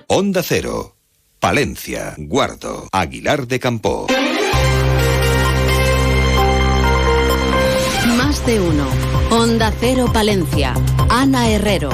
Onda Cero, Palencia, Guardo, Aguilar de Campoo. Más de uno. Onda Cero Palencia. Ana Herrero.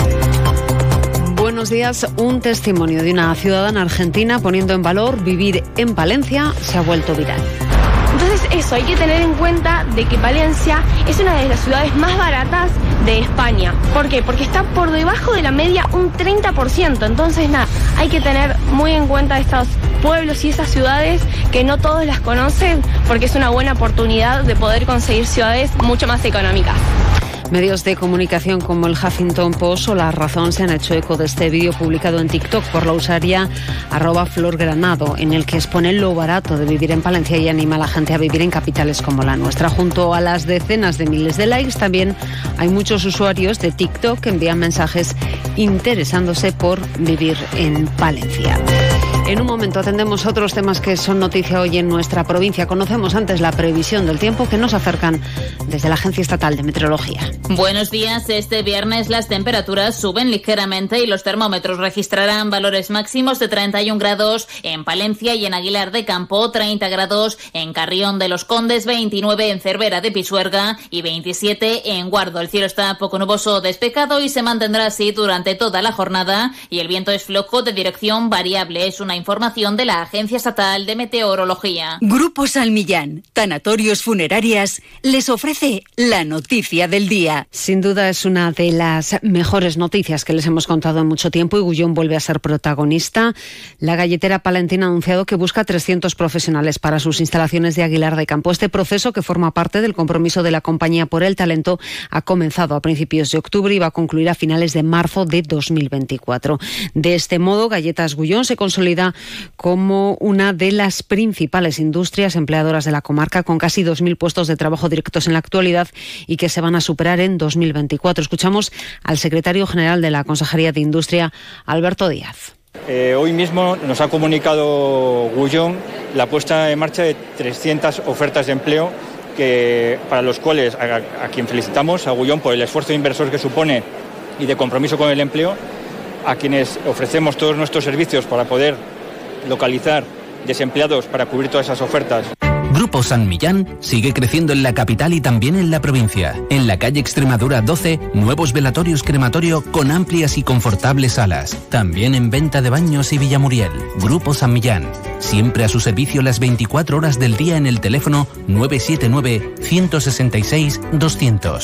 Buenos días. Un testimonio de una ciudadana argentina poniendo en valor vivir en Palencia se ha vuelto viral. Entonces eso, hay que tener en cuenta de que Palencia es una de las ciudades más baratas de España. ¿Por qué? Porque está por debajo de la media un 30%. Entonces nada, hay que tener muy en cuenta estos pueblos y esas ciudades que no todos las conocen, porque es una buena oportunidad de poder conseguir ciudades mucho más económicas. Medios de comunicación como el Huffington Post o La Razón se han hecho eco de este vídeo publicado en TikTok por la usuaria @florgranado, en el que expone lo barato de vivir en Palencia y anima a la gente a vivir en capitales como la nuestra. Junto a las decenas de miles de likes, también hay muchos usuarios de TikTok que envían mensajes interesándose por vivir en Palencia. En un momento atendemos otros temas que son noticia hoy en nuestra provincia. Conocemos antes la previsión del tiempo que nos acercan desde la Agencia Estatal de Meteorología. Buenos días. Este viernes las temperaturas suben ligeramente y los termómetros registrarán valores máximos de 31 grados en Palencia y en Aguilar de Campoo, 30 grados en Carrión de los Condes, 29 en Cervera de Pisuerga y 27 en Guardo. El cielo está poco nuboso despejado y se mantendrá así durante toda la jornada y el viento es flojo de dirección variable. Es una información de la Agencia Estatal de Meteorología. Grupo Salmillán, Tanatorios Funerarias, les ofrece la noticia del día. Sin duda es una de las mejores noticias que les hemos contado en mucho tiempo y Gullón vuelve a ser protagonista. La galletera palentina ha anunciado que busca 300 profesionales para sus instalaciones de Aguilar de Campoo. Este proceso, que forma parte del compromiso de la compañía por el talento, ha comenzado a principios de octubre y va a concluir a finales de marzo de 2024. De este modo, Galletas Gullón se consolida como una de las principales industrias empleadoras de la comarca, con casi 2.000 puestos de trabajo directos en la actualidad y que se van a superar en 2024. Escuchamos al secretario general de la Consejería de Industria, Alberto Díaz. Hoy mismo nos ha comunicado Gullón la puesta en marcha de 300 ofertas de empleo para los cuales a quien felicitamos, a Gullón, por el esfuerzo inversor que supone y de compromiso con el empleo, a quienes ofrecemos todos nuestros servicios para poder localizar desempleados para cubrir todas esas ofertas. Grupo San Millán sigue creciendo en la capital y también en la provincia. En la calle Extremadura 12, nuevos velatorios crematorio con amplias y confortables salas. También en venta de baños y Villamuriel. Grupo San Millán, siempre a su servicio las 24 horas del día en el teléfono 979 166 200.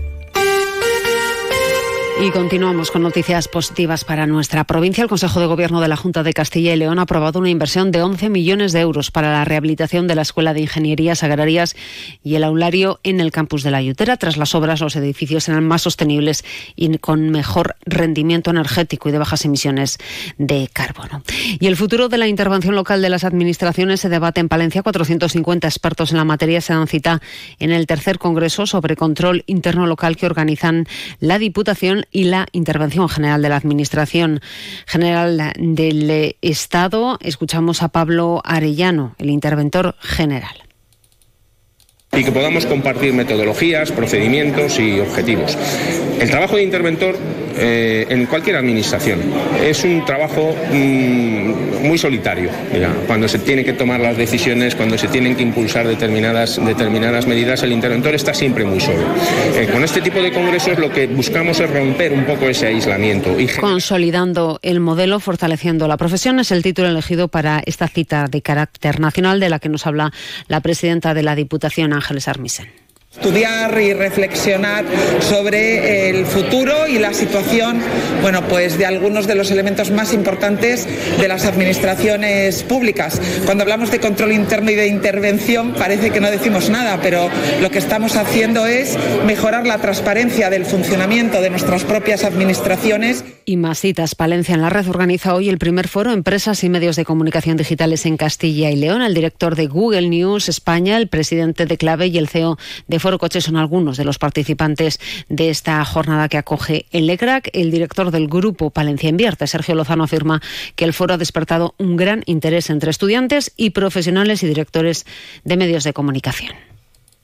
Y continuamos con noticias positivas para nuestra provincia. El Consejo de Gobierno de la Junta de Castilla y León ha aprobado una inversión de 11 millones de euros para la rehabilitación de la Escuela de Ingenierías Agrarias y el aulario en el campus de La Yutera. Tras las obras, los edificios serán más sostenibles y con mejor rendimiento energético y de bajas emisiones de carbono. Y el futuro de la intervención local de las administraciones se debate en Palencia. 450 expertos en la materia se dan cita en el tercer Congreso sobre Control Interno Local que organizan la Diputación y la Intervención General de la Administración General del Estado. Escuchamos a Pablo Arellano, el interventor general. Y que podamos compartir metodologías, procedimientos y objetivos. El trabajo de interventor en cualquier administración es un trabajo muy solitario. Cuando se tienen que tomar las decisiones, cuando se tienen que impulsar determinadas medidas, el interventor está siempre muy solo. Con este tipo de congresos lo que buscamos es romper un poco ese aislamiento. Consolidando el modelo, fortaleciendo la profesión, es el título elegido para esta cita de carácter nacional de la que nos habla la presidenta de la Diputación, Ángeles Armisen. Estudiar y reflexionar sobre el futuro y la situación, de algunos de los elementos más importantes de las administraciones públicas. Cuando hablamos de control interno y de intervención parece que no decimos nada, pero lo que estamos haciendo es mejorar la transparencia del funcionamiento de nuestras propias administraciones. Y más citas. Palencia en la Red organiza hoy el primer foro Empresas y Medios de Comunicación Digitales en Castilla y León. El director de Google News España, el presidente de Clave y el CEO de Foro Coche son algunos de los participantes de esta jornada que acoge el ECRAC. El director del grupo Palencia Invierte, Sergio Lozano, afirma que el foro ha despertado un gran interés entre estudiantes y profesionales y directores de medios de comunicación.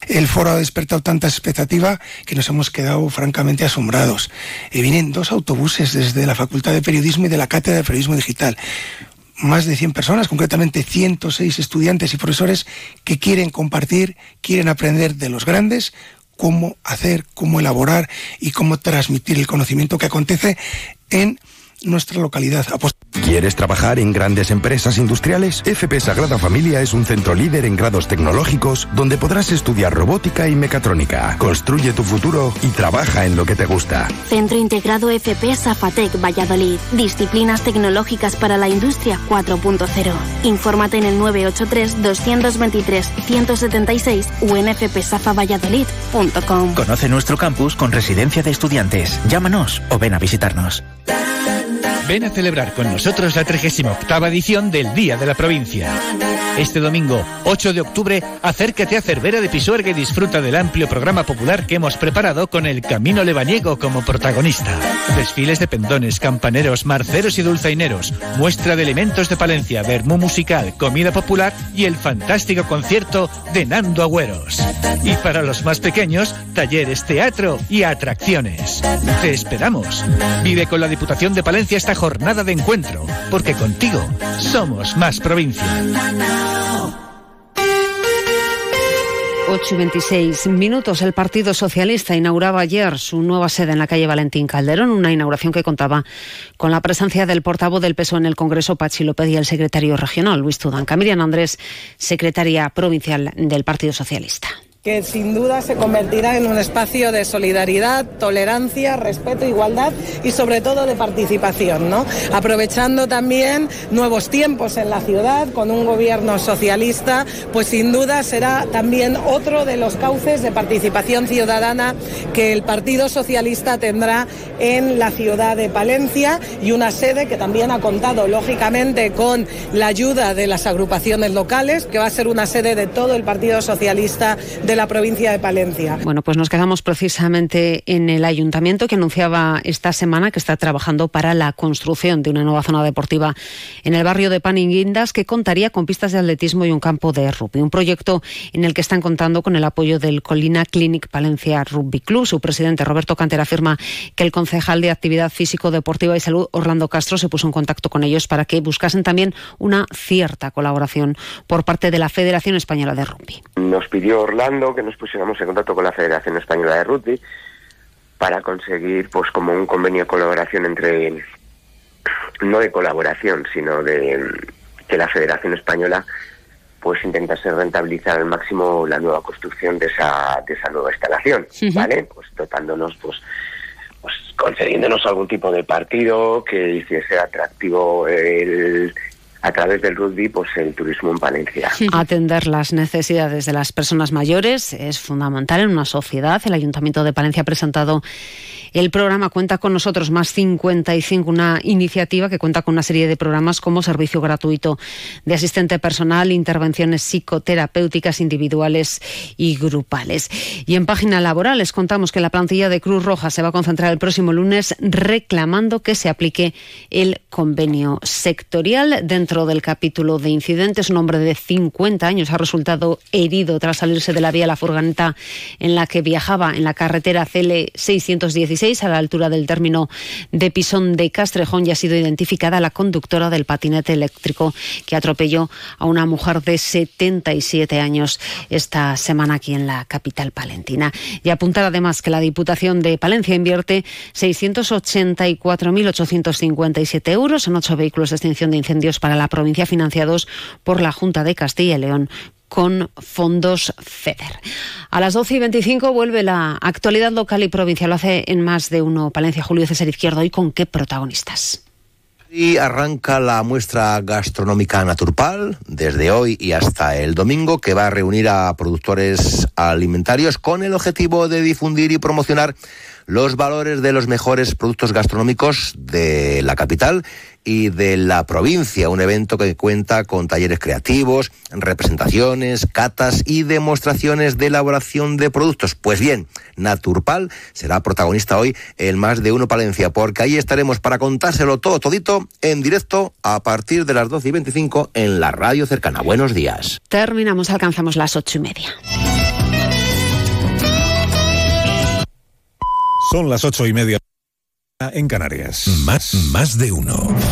El foro ha despertado tanta expectativa que nos hemos quedado francamente asombrados. Vienen 2 autobuses desde la Facultad de Periodismo y de la Cátedra de Periodismo Digital. Más de 100 personas, concretamente 106 estudiantes y profesores que quieren compartir, quieren aprender de los grandes cómo hacer, cómo elaborar y cómo transmitir el conocimiento que acontece en nuestra localidad. ¿Quieres trabajar en grandes empresas industriales? FP Sagrada Familia es un centro líder en grados tecnológicos donde podrás estudiar robótica y mecatrónica. Construye tu futuro y trabaja en lo que te gusta. Centro Integrado FP Safatec Valladolid. Disciplinas tecnológicas para la industria 4.0. Infórmate en el 983-223-176 o en fpsafavalladolid.com. Conoce nuestro campus con residencia de estudiantes. Llámanos o ven a visitarnos. Ven a celebrar con nosotros la 38ª edición del Día de la Provincia. Este domingo, 8 de octubre, acércate a Cervera de Pisuerga y disfruta del amplio programa popular que hemos preparado con el Camino Lebaniego como protagonista. Desfiles de pendones, campaneros, marceros y dulzaineros, muestra de elementos de Palencia, vermú musical, comida popular y el fantástico concierto de Nando Agüeros. Y para los más pequeños, talleres, teatro y atracciones. Te esperamos. Vive con la Diputación de Palencia esta jornada de encuentro, porque contigo somos más provincia. 8:26. El Partido Socialista inauguraba ayer su nueva sede en la calle Valentín Calderón, una inauguración que contaba con la presencia del portavoz del PSOE en el Congreso, Pachi López, y el secretario regional, Luis Tudanca. Miriam Andrés, secretaria provincial del Partido Socialista. Que sin duda se convertirá en un espacio de solidaridad, tolerancia, respeto, igualdad y sobre todo de participación, ¿no? Aprovechando también nuevos tiempos en la ciudad con un gobierno socialista, pues sin duda será también otro de los cauces de participación ciudadana que el Partido Socialista tendrá en la ciudad de Palencia, y una sede que también ha contado lógicamente con la ayuda de las agrupaciones locales, que va a ser una sede de todo el Partido Socialista de la provincia de Palencia. Bueno, pues nos quedamos precisamente en el ayuntamiento, que anunciaba esta semana que está trabajando para la construcción de una nueva zona deportiva en el barrio de Paninguindas, que contaría con pistas de atletismo y un campo de rugby. Un proyecto en el que están contando con el apoyo del Colina Clinic Palencia Rugby Club. Su presidente, Roberto Cantera, afirma que el concejal de Actividad Físico, Deportiva y Salud, Orlando Castro, se puso en contacto con ellos para que buscasen también una cierta colaboración por parte de la Federación Española de Rugby. Nos pidió Orlando que nos pusiéramos en contacto con la Federación Española de Rugby para conseguir pues como un convenio de colaboración entre, no de colaboración, sino de que la Federación Española pues intentase rentabilizar al máximo la nueva construcción de esa nueva instalación, ¿vale? Pues dotándonos, pues concediéndonos algún tipo de partido que hiciese atractivo a través del rugby, pues el turismo en Palencia. Atender las necesidades de las personas mayores es fundamental en una sociedad. El Ayuntamiento de Palencia ha presentado el programa Cuenta con Nosotros más 55, una iniciativa que cuenta con una serie de programas como servicio gratuito de asistente personal, intervenciones psicoterapéuticas individuales y grupales. Y en página laboral les contamos que la plantilla de Cruz Roja se va a concentrar el próximo lunes reclamando que se aplique el convenio sectorial. Dentro del capítulo de incidentes, un hombre de 50 años ha resultado herido tras salirse de la vía la furgoneta en la que viajaba en la carretera CL 616 a la altura del término de Pisón de Castrejón, y ha sido identificada la conductora del patinete eléctrico que atropelló a una mujer de 77 años esta semana aquí en la capital palentina. Y apuntar además que la Diputación de Palencia invierte 684.857 euros en 8 vehículos de extinción de incendios para la provincia, financiados por la Junta de Castilla y León con fondos FEDER. A las 12:25 vuelve la actualidad local y provincial. Lo hace en Más de Uno Palencia. Julio César Izquierdo. ¿Y con qué protagonistas? Y arranca la muestra gastronómica Naturpal desde hoy y hasta el domingo, que va a reunir a productores alimentarios con el objetivo de difundir y promocionar los valores de los mejores productos gastronómicos de la capital y de la provincia. Un evento que cuenta con talleres creativos, representaciones, catas y demostraciones de elaboración de productos. Pues bien, Naturpal será protagonista hoy en Más de Uno Palencia, porque ahí estaremos para contárselo todo, todito, en directo a partir de las 12:25 en la radio cercana. Buenos días. Terminamos, alcanzamos las 8:30. Son las 8:30 en Canarias. Más de uno.